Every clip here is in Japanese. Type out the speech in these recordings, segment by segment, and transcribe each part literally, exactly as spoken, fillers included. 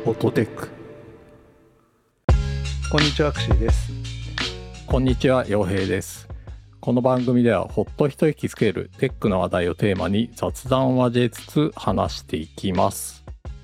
フォトテック。 こんにちは、アクシーです。 こんにちは、陽平です。この番組ではほっと一息つけるテックの話題をテーマに雑談を交えつつ話していきます。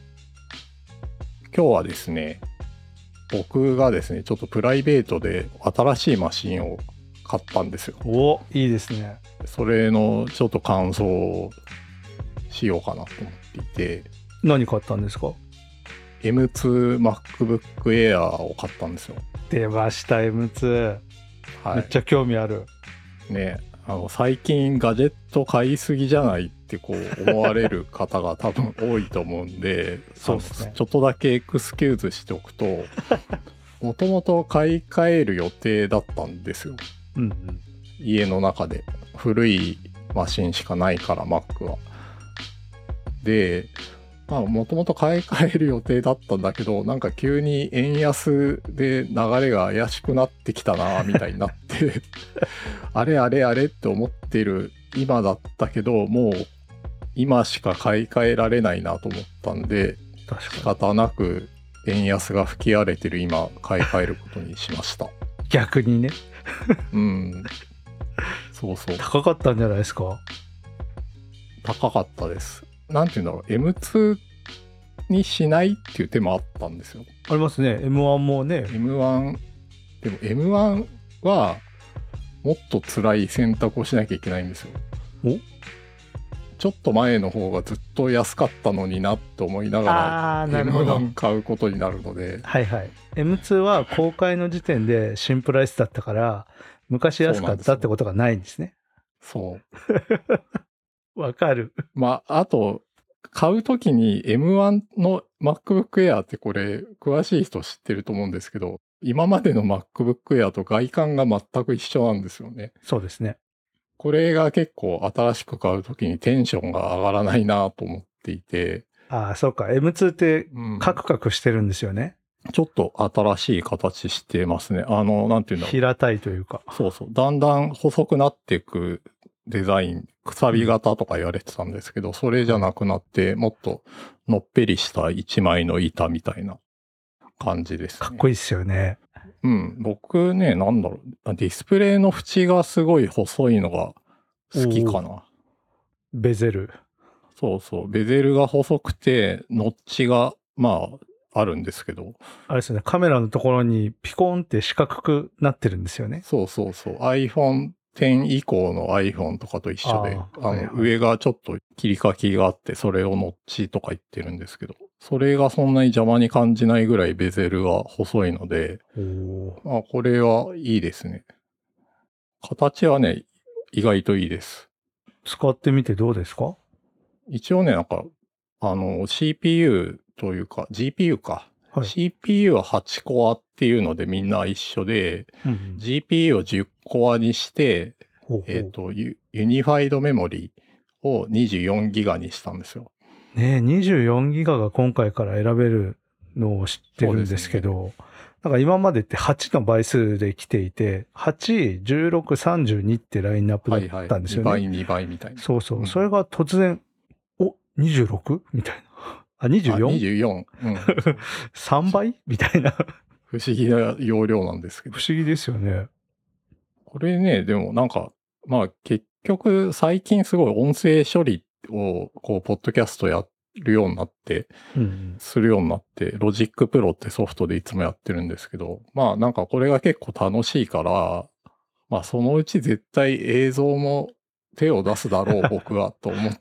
今日はですね、僕がですねちょっとプライベートで新しいマシンを買ったんですよ。 お、いいですね。 それのちょっと感想をしようかなと思っていて。 何買ったんですか？ エムツー MacBook Air を買ったんですよ。 出ました エムツー、はい、めっちゃ興味あるね。あの最近ガジェット買いすぎじゃないってこう思われる方が多分多いと思うんでそうですね、 ちょっとだけエクスキューズしておくともともと買い替える予定だったんですよ、 うんうん、 家の中で古いマシンしかないから Mac は。でまあもともと買い替える予定だったんだけど、なんか急に円安で流れが怪しくなってきたなみたいになってあれあれあれって思ってる今だったけど、もう今しか買い替えられないなと思ったんで、仕方なく円安が吹き荒れてる今買い替えることにしました逆にねうんそうそう、 高かったんじゃないですか？ 高かったです。なんていうんだろう、エムツー にしないっていう手もあったんですよ。 ありますね。 エムワン もね。 エムワン でも エムワン はもっと辛い選択をしなきゃいけないんですよ。 おちょっと前の方がずっと安かったのになと思いながら エムワン 買うことになるので。 はいはい。 エムツー は公開の時点で新プライスだったから昔安かったってことがないんですね。 そうわかる。 まああと買うときに エムワン の MacBook Air ってこれ詳しい人知ってると思うんですけど、今までの MacBook Air と外観が全く一緒なんですよね。 そうですね。 これが結構新しく買うときにテンションが上がらないなと思っていて。 ああ、そうか。エムツー ってカクカクしてるんですよね。 うん、ちょっと新しい形してますね。あの、なんていうんだろう。 平たいというか。 そうそう。だんだん細くなっていくデザイン、くさび型とか言われてたんですけど、うん、それじゃなくなって、もっとのっぺりした一枚の板みたいな感じですね。 かっこいいっすよね。 うん。僕ね、なんだろう。ディスプレイの縁がすごい細いのが好きかな。 ベゼル。 そうそう。ベゼルが細くて、ノッチが、まあ、あるんですけど。 あれですね、カメラのところにピコンって四角くなってるんですよね。 そうそうそう。iPhone テン以降の iPhone とかと一緒で、あ, あの、はいはい、上がちょっと切り欠きがあって、それをノッチとか言ってるんですけど、それがそんなに邪魔に感じないぐらいベゼルが細いので、まあ、これはいいですね。形はね、意外といいです。使ってみてどうですか？ 一応ね、なんか、あの、シーピーユー というか、ジーピーユー か。はい、シーピーユー ははちコアっていうのでみんな一緒で、うんうん、ジーピーユー をじゅっコアにして、ほうほうえっと、ユニファイドメモリーをにじゅうよんギガにしたんですよ。 ねえ、にじゅうよんギガが今回から選べるのを知ってるんですけど、ね、なんか今までってはちの倍数で来ていて、はち、じゅうろく、さんじゅうにってラインナップだったんですよね。 はいはい、にばい、にばいみたいな。 そうそう。うん、それが突然、お、にじゅうろく? みたいな。あ、にじゅうよん? にじゅうよん。うん、 さんばいみたいな。 不思議な容量なんですけど。 不思議ですよね。 これね、でもなんか、まあ結局最近すごい音声処理をこう、ポッドキャストやるようになって、うん、するようになって、ロジックプロってソフトでいつもやってるんですけど、まあなんかこれが結構楽しいから、まあそのうち絶対映像も手を出すだろう僕はと思って、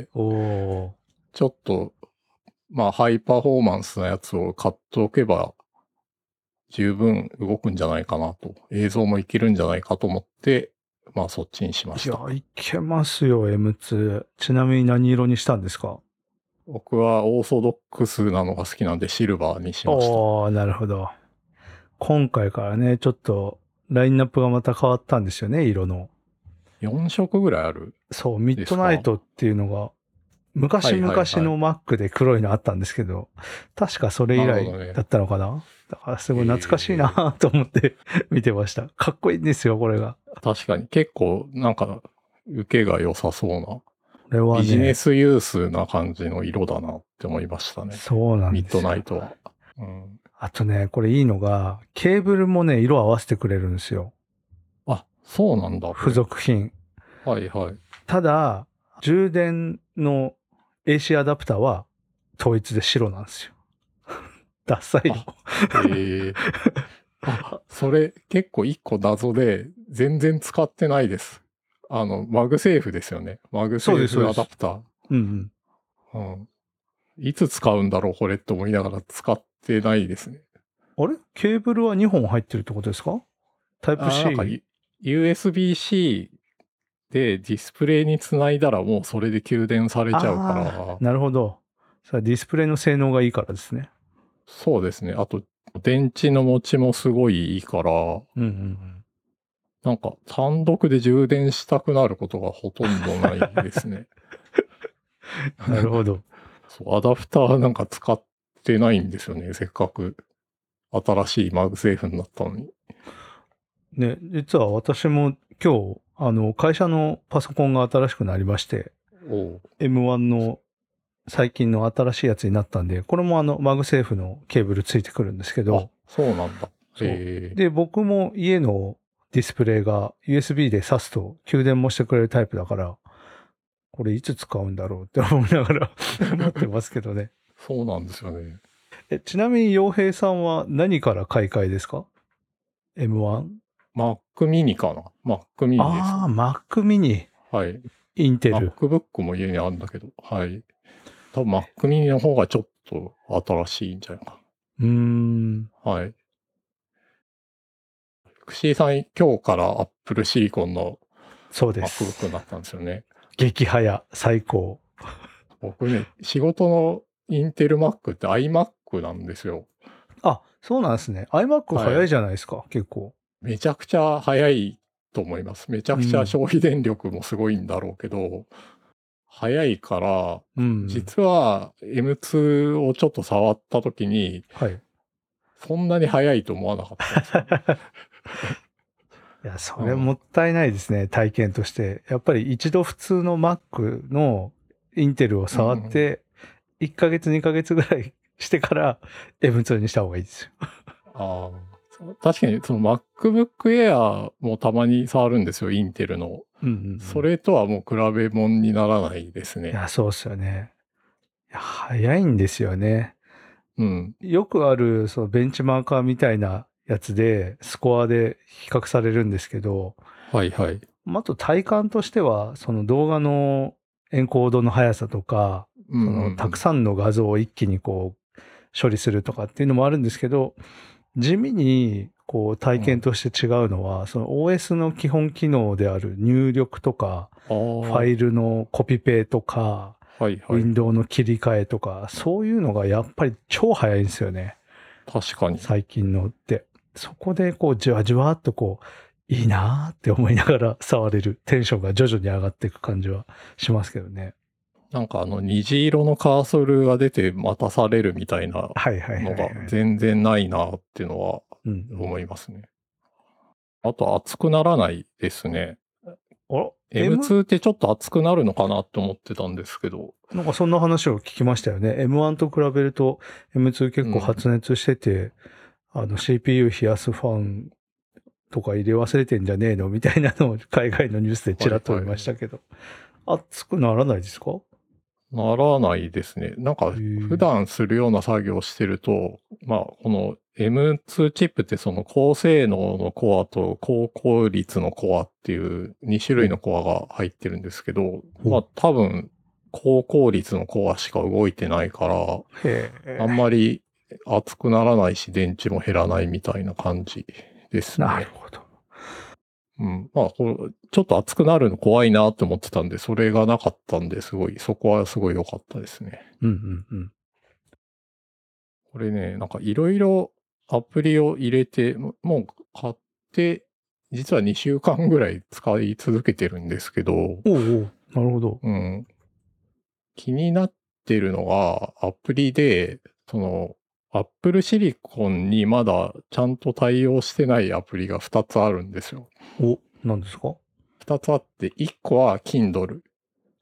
おちょっと、まあハイパフォーマンスなやつを買っておけば十分動くんじゃないかなと、映像もいけるんじゃないかと思って、まあそっちにしました。 いや、いけますよ、エムツー。ちなみに何色にしたんですか？ 僕はオーソドックスなのが好きなんでシルバーにしました。 おー、なるほど。今回からね、ちょっとラインナップがまた変わったんですよね、色の。 よん色ぐらいある？ そう、ミッドナイトっていうのが、昔々の Mac で黒いのあったんですけど、はいはいはい、確かそれ以来だったのかな、ね、だからすごい懐かしいなと思って見てました。かっこいいんですよ、これが。 確かに結構なんか受けが良さそうな。 れはね、 ビジネスユースな感じの色だなって思いましたね。 そうなんミッですよ。 ドナイトは。うん、 あとね、これいいのが、ケーブルもね、色合わせてくれるんですよ。 あ、そうなんだ。 付属品。 はいはい。 ただ、充電の エーシー アダプターは統一で白なんですよ。ダサいよ。 ええー、あ、それ結構一個謎で全然使ってないです。あの、マグセーフですよね。マグセーフアダプター。 うんうん。いつ使うんだろうこれって思いながら使ってないですね。 うん。あれケーブルはにほん入ってるってことですか？タイプあ、なんか C？ ユーエスビー-C でディスプレイにつないだらもうそれで給電されちゃうかああ、 ら。 なるほど。さあディスプレイの性能がいいからですね。 そうですね。あと、電池の持ちもすごいいいから、 うんうんうん。 なんか単独で充電したくなることがほとんどないですね。 なるほど。 そう、アダプターなんか使ってないんですよね。せっかく新しいマグセーフになったのに。 ね、実は私も今日、あの、会社のパソコンが新しくなりまして、 おエムワン の最近の新しいやつになったんで、これもあの、マグセーフのケーブルついてくるんですけあ、 ど、 そうなんだ。 そうへえ。 で、僕も家のディスプレイが ユーエスビー で挿すと給電もしてくれるタイプだから、これいつ使うんだろうって思いながら思ってますけどね。 そうなんですよね。 え、ちなみに洋平さんは何から買い替えですか？ エムワン？ Mac mini かな ?Mac mini です。 ああ、Mac mini。 はい。 インテル。 MacBook も家にあるんだけど、はい。多分 Mac mini の方がちょっと新しいんじゃないかうーん。 な。はい。福士さん、今日から Apple Silicon のそうで MacBook す。 になったんですよね。 激早、最高。 僕ね、仕事のインテル Mac って iMac なんですよ。 あ、そうなんですね。iMac はい。 早いじゃないですか、結構。 めちゃくちゃ早いと思います。めちゃくちゃ消費電力もすごいんだろうけど、早いから、 うん。 実は エムツー をちょっと触った時に、 はい。 そんなに早いと思わなかったんですよね。 いや、それうんもったいないですね、体験として。やっぱり一度普通の Mac のインテルを触っうんて、いっかげつ、にかげつぐらいしてから エムツー にした方がいいですよ。 ああ、確かにその MacBook Air もたまに触るんですよ、インテルの。 うんうんうん、 それとはもう比べ物にならないですね。 いや、そうっすよね。いや、早いんですよね。 うん。 よくある、そのベンチマーカーみたいなやつで、スコアで比較されるんですけど、 はいはい。 あと体感としては、その動画のエンコードの速さとか、 うんうんうん、 そのたくさんの画像を一気にこう処理するとかっていうのもあるんですけど、地味にこう体験として違うのは、うん、その オーエス の基本機能である入力とか、ファイルのコピペとか、 はいはい、 ウィンドウの切り替えとか、そういうのがやっぱり超早いんですよね。 確かに。 最近のって。そこでこうじわじわっとこう、いいなーって思いながら触れるテンションが徐々に上がっていく感じはしますけどね。 なんかあの虹色のカーソルが出て待たされるみたいなのが全然ないなっていうのは思いますね。あと熱くならないですね。エムツー ってちょっと熱くなるのかなって思ってたんですけど。 なんかそんな話を聞きましたよね。エムワン と比べると エムツー 結構発熱してて、うん、あの シーピーユー 冷やすファンとか入れ忘れてんじゃねえのみたいなのを海外のニュースでちらっと見ましたけど。はいはい、熱くならないですか？ ならないですね。なんか普段するような作業をしてると、まあこの エムツー チップってその高性能のコアと高効率のコアっていうに種類のコアが入ってるんですけど、まあ多分高効率のコアしか動いてないから、あんまり熱くならないし電池も減らないみたいな感じですね。 なるほど。 うん。まあ、こうちょっと熱くなるの怖いなって思ってたんで、それがなかったんで、すごい、そこはすごい良かったですね。 うんうんうん。 これね、なんかいろいろアプリを入れて、もう買って、実はにしゅうかんぐらい使い続けてるんですけど。おうおう、なるほど。 うん。気になってるのが、アプリで、その、Apple Silicon にまだちゃんと対応してないアプリがふたつあるんですよ。 お、何ですか？ ふたつあって、いっこは Kindle。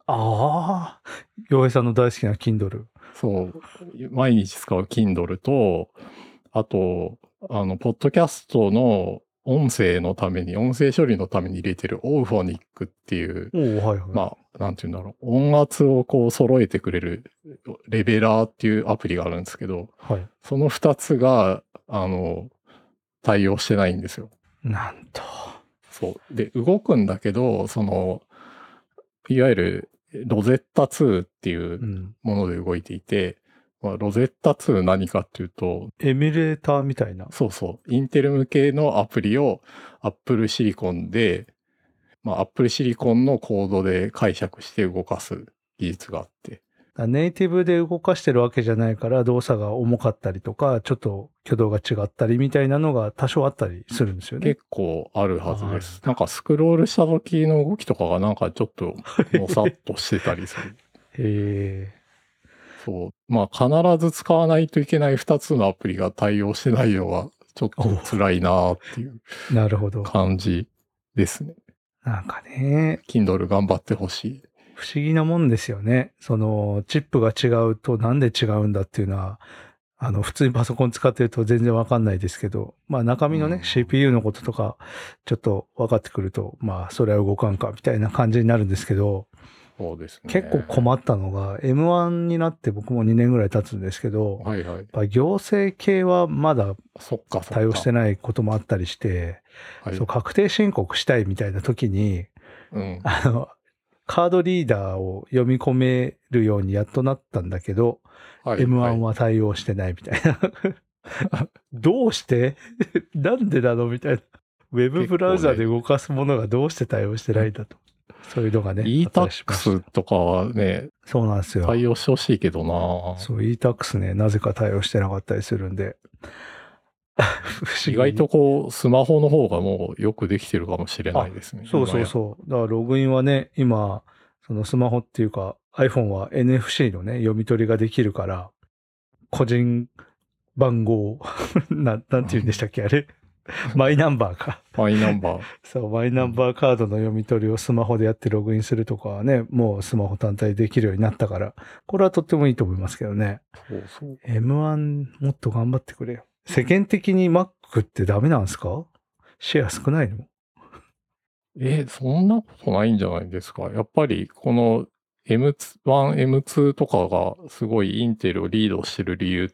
ああ、洋平さんの大好きな Kindle。 そう、毎日使う Kindle と、あと、あの、ポッドキャストの音声のために、音声処理のために入れてるオーフォニックっていう、 おお、はいはい。 まあ、なんて言うんだろう。音圧をこう揃えてくれるレベラーっていうアプリがあるんですけど、 はい。 その二つが、あの、対応してないんですよ。 なんと。 そう。で、動くんだけど、その、いわゆるロゼッタツーっていううん。 もので動いていて、まあ、ロゼッタツー何かっていうと、 エミュレーターみたいな。 そうそう、インテル向けのアプリを Apple Silicon で、まあ、Apple Silicon のコードで解釈して動かす技術があって、 ネイティブで動かしてるわけじゃないから動作が重かったりとか、ちょっと挙動が違ったりみたいなのが多少あったりするんですよね。 結構あるはずあるんです。 だなんかスクロールした時の動きとかがなんかちょっともさっとしてたりする。 へえ。 そう。まあ必ず使わないといけないふたつのアプリが対応してないのはちょっと辛いなーっていうなるほど。 感じですね。 なんかね、 Kindle 頑張ってほしい。 不思議なもんですよね。その、チップが違うとなんで違うんだっていうのは、あの、普通にパソコン使ってると全然わかんないですけど、まあ中身のね、 うんシーピーユー のこととか、ちょっと分かってくると、まあそれは動かんかみたいな感じになるんですけど、 そうですね。 結構困ったのが エムワン になって僕もにねんぐらい経つんですけど、 はいはい。 やっぱ行政系はまだそっかそっか。 対応してないこともあったりして、 はい。 そう確定申告したいみたいな時に、 うん。 あの、カードリーダーを読み込めるようにやっとなったんだけど、 はい。 エムワンはは対応してないみたいな。どうしてなんでなのみたいな。ウェブブラウザで動かすものがどうして対応してないんだと。そういうのがね、あったりしました。 イータックス とかはね、 そうなんですよ。 対応してほしいけどなそう、イータックス ね、なぜか対応してなかったりするんで。不思議。 意外とこう、スマホの方がもうよくできてるかもしれないですね。 そうそうそう。だからログインはね、今、そのスマホっていうか iPhone は エヌエフシー のね、読み取りができるから、個人番号、な、なんて言うんでしたっけ、あれ。マイナンバーか。 マイナンバー。 そう、マイナンバーカードの読み取りをスマホでやってログインするとかはね、もうスマホ単体でできるようになったから、これはとってもいいと思いますけどね。 そうそう。 エムワン もっと頑張ってくれよ。世間的に Mac ってダメなんですか？シェア少ないの？ え、そんなことないんじゃないですか。やっぱりこの エムワン、エムツー とかがすごいインテルをリードしてる理由って、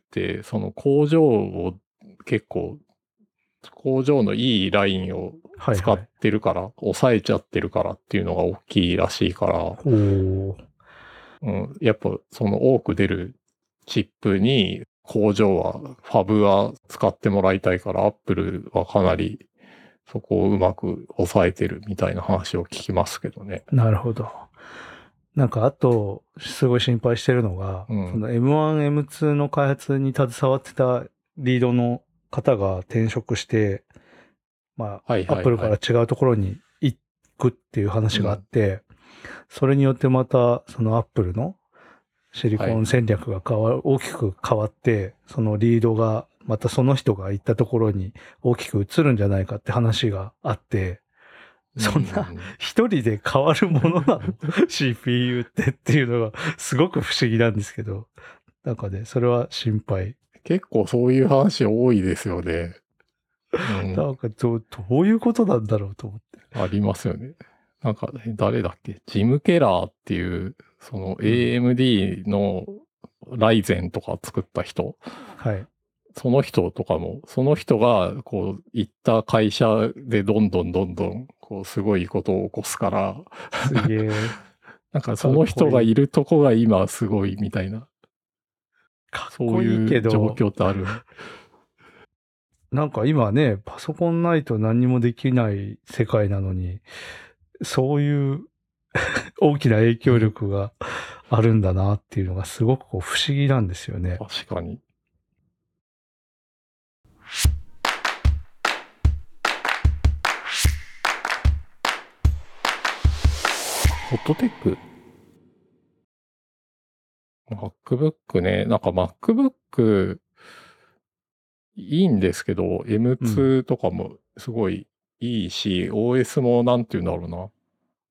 その工場を結構、工場のいいラインを使っはいはい。 てるから、抑えちゃってるからっていうのが大きいらしいから、 おー。 うん、やっぱその多く出るチップに工場は、ファブは使ってもらいたいから、アップルはかなりそこをうまく抑えてるみたいな話を聞きますけどね。 なるほど。なんかあと、すごい心配してるのが、 うん、 その エムワン、エムツー の開発に携わってたリードの方が転職して、まあ、 はいはいはい。 アップルから違うところに行くっていう話があって、うん、それによってまた、そのアップルのシリコン戦略が変わる、はい、大きく変わって、そのリードが、またその人が行ったところに大きく移るんじゃないかって話があって、そんな一人で変わるものなのシーピーユー ってっていうのがすごく不思議なんですけど、なんかね、それは心配。 結構そういう話多いですよね。 うん、なんかど、どういうことなんだろうと思って。 ありますよね。なんか、誰だっけジム・ケラーっていう、その エーエムディー のライゼンとか作った人。 はい。 その人とかも、その人が、こう、行った会社でどんどんどんどん、こう、すごいことを起こすから、 すげえ。 なんかその人がいるとこが今すごいみたいな。 かっこいいけど。 そういう状況ってある。 なんか今ね、パソコンないと何にもできない世界なのに、そういう大きな影響力があるんだなっていうのがすごくこう不思議なんですよね。 確かに。ホットテック ?MacBook ね。なんか MacBook いいんですけど、エムツー とかもすごいいいし、うん、オーエス もなんて言うんだろうな。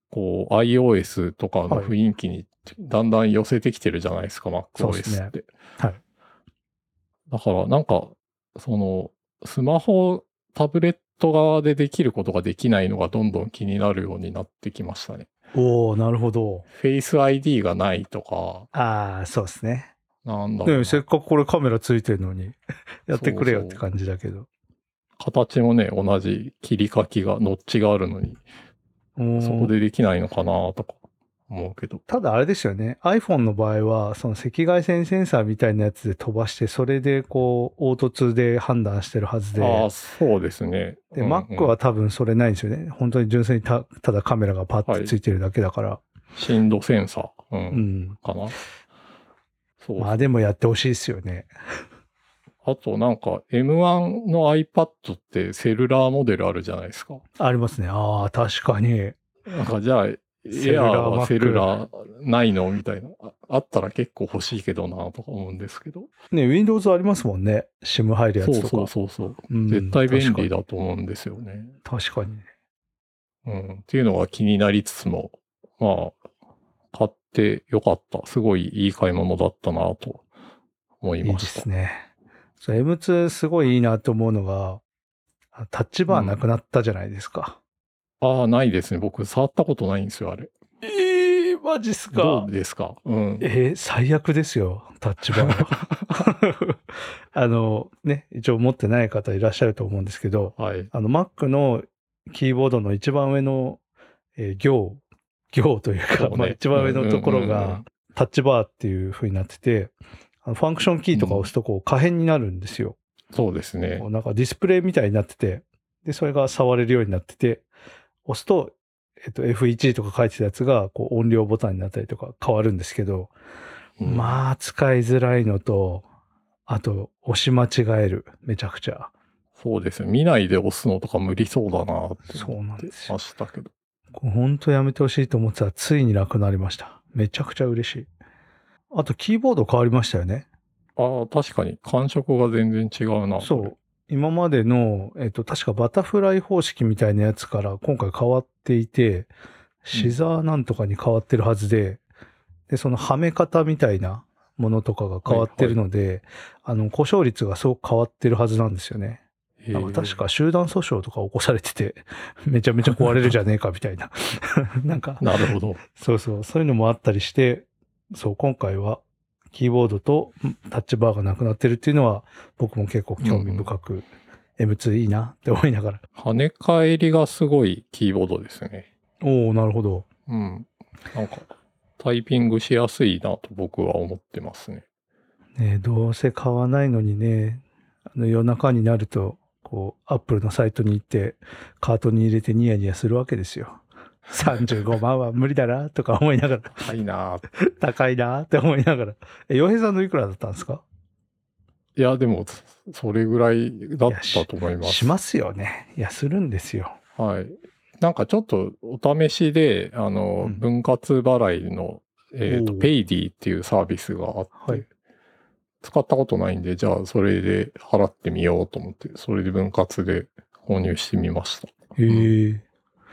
こう iOS とかの雰囲気にだんだん寄せてきてるじゃないですか、 そうです MacOS っね。 て。 はい。 だからなんか、その、スマホ、タブレット側でできることができないのがどんどん気になるようになってきましたね。 おー、なるほど。 Face アイディー がないとか、 ああ、そうですね。 なんだろうな。 でもせっかくこれカメラついてるのに、やってくれよってそうそう感じだけど。 形もね、同じ切り欠きが、ノッチがあるのに、 おーそこでできないのかなとか思うけど。 ただあれですよね。iPhone の場合は、その赤外線センサーみたいなやつで飛ばして、それでこう、凹凸で判断してるはずで。 ああ、そうですね。 で、 うんうん Mac は多分それないんですよね。本当に純粋にたただカメラがパッとついてるだけだから。 振動センサー、う、 うんん。 かな。そう。 まあでもやってほしいですよね。 あとなんか エムワン の iPad ってセルラーモデルあるじゃないですか。 ありますね。ああ、確かに。 なんかじゃあ、エアーはセルラーないのみたいな。ああったら結構欲しいけどなとか思うんですけど。 ね、Windows ありますもんね。SIM 入るやつとか。 そうそうそうそう、 うん絶対便利だと思うんですよね。 確かに。 うん。っていうのが気になりつつも、まあ、買ってよかった。すごいいい買い物だったなと思いいいでました。 すね。そう エムツー すごいいいなと思うのが、タッチバーなくなったじゃないですか。 ああ、ないですね。僕触ったことないんですよ、あれ。 ええー、マジっすか。 どうですか？うん。 えー、最悪ですよ、タッチバーは。あの、ね、一応持ってない方いらっしゃると思うんですけど、 はい。 あの、Mac のキーボードの一番上の、えー行、行というか、 そうねまあ一番上のところうんうんうんうがんタッチバーっていう風になってて、あのファンクションキーとか押すとこう可変になるんですよ。 そうですねこ。うなんかディスプレイみたいになってて、で、それが触れるようになってて、押すと、えっと、エフワン とか書いてたやつが、こう音量ボタンになったりとか変わるんですけど、 うんまあ、使いづらいのと、あと、押し間違える。めちゃくちゃ。 そうですね。見ないで押すのとか無理そうだなってそう思ってなんですよましたけど。 ほんとやめてほしいと思ってたら、ついになくなりました。めちゃくちゃ嬉しい。あと、キーボード変わりましたよね。 ああ、確かに感触が全然違うな。 そう。今までの、えっと、確かバタフライ方式みたいなやつから今回変わっていて、シザーなんとかに変わってるはずで、で、そのはめ方みたいなものとかが変わってるので、あの、故障率がすごく変わってるはずなんですよね。 へえなんか確か集団訴訟とか起こされてて、めちゃめちゃ壊れるじゃねえかみたいな。なんか、 なるほど。 そうそう、そういうのもあったりして、そう、今回はキーボードとタッチバーがなくなってるっていうのは、僕も結構興味深く、エムツー いいなって思いながら。 跳ね返りがすごいキーボードですね。 おおなるほど。 うん。なんか、タイピングしやすいなと僕は思ってますね。 ね、どうせ買わないのにね、あの夜中になると、こう、アップルのサイトに行って、カートに入れてニヤニヤするわけですよ。さんじゅうごまんは無理だな、とか思いながら。 高いなぁ。 高いなって思いながら。え、洋平さんのいくらだったんですか？ いや、でも、それぐらいだったと思います。 しますよね。いや、するんですよ。 はい。なんかちょっとお試しで、あの、 うん分割払いの、えっ、と、 おーペイディっていうサービスがあって、 はい使ったことないんで、じゃあそれで払ってみようと思って、それで分割で購入してみました。 へえ。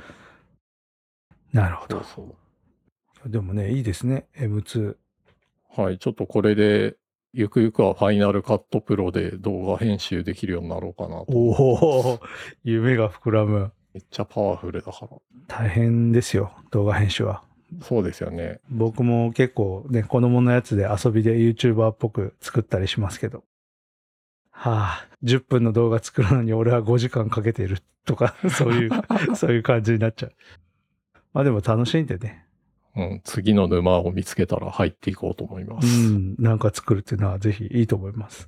なるほど。 そうそう。 でもね、いいですね。エムツはい。ちょっとこれで、ゆくゆくはファイナルカットプロで動画編集できるようになろうかなとー。 思ってます。 おお、夢が膨らむ。 めっちゃパワフルだから。 大変ですよ、動画編集は。 そうですよね。 僕も結構ね、子供のやつで遊びで YouTuber っぽく作ったりしますけど。はあ、じゅっぷんの動画作るのに俺はごじかんかけているとか、そういう、そういう感じになっちゃう。まあでも楽しんでね。 うん。次の沼を見つけたら入っていこうと思いまうす。 ん、なんか作るっていうのはぜひいいと思います。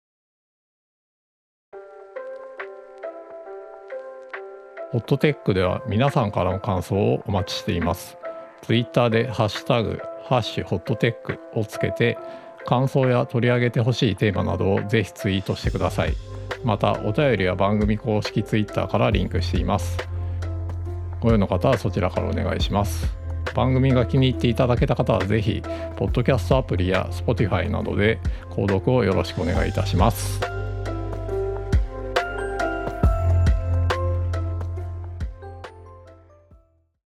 ホットテックでは皆さんからの感想をお待ちしています。ツイッターでハッシュタグ、ハッシュホットテックをつけて、感想や取り上げてほしいテーマなどをぜひツイートしてください。また、お便りは番組公式ツイッターからリンクしています。ご用の方はそちらからお願いします。番組が気に入っていただけた方はぜひ、ポッドキャストアプリや Spotify などで購読をよろしくお願いいたします。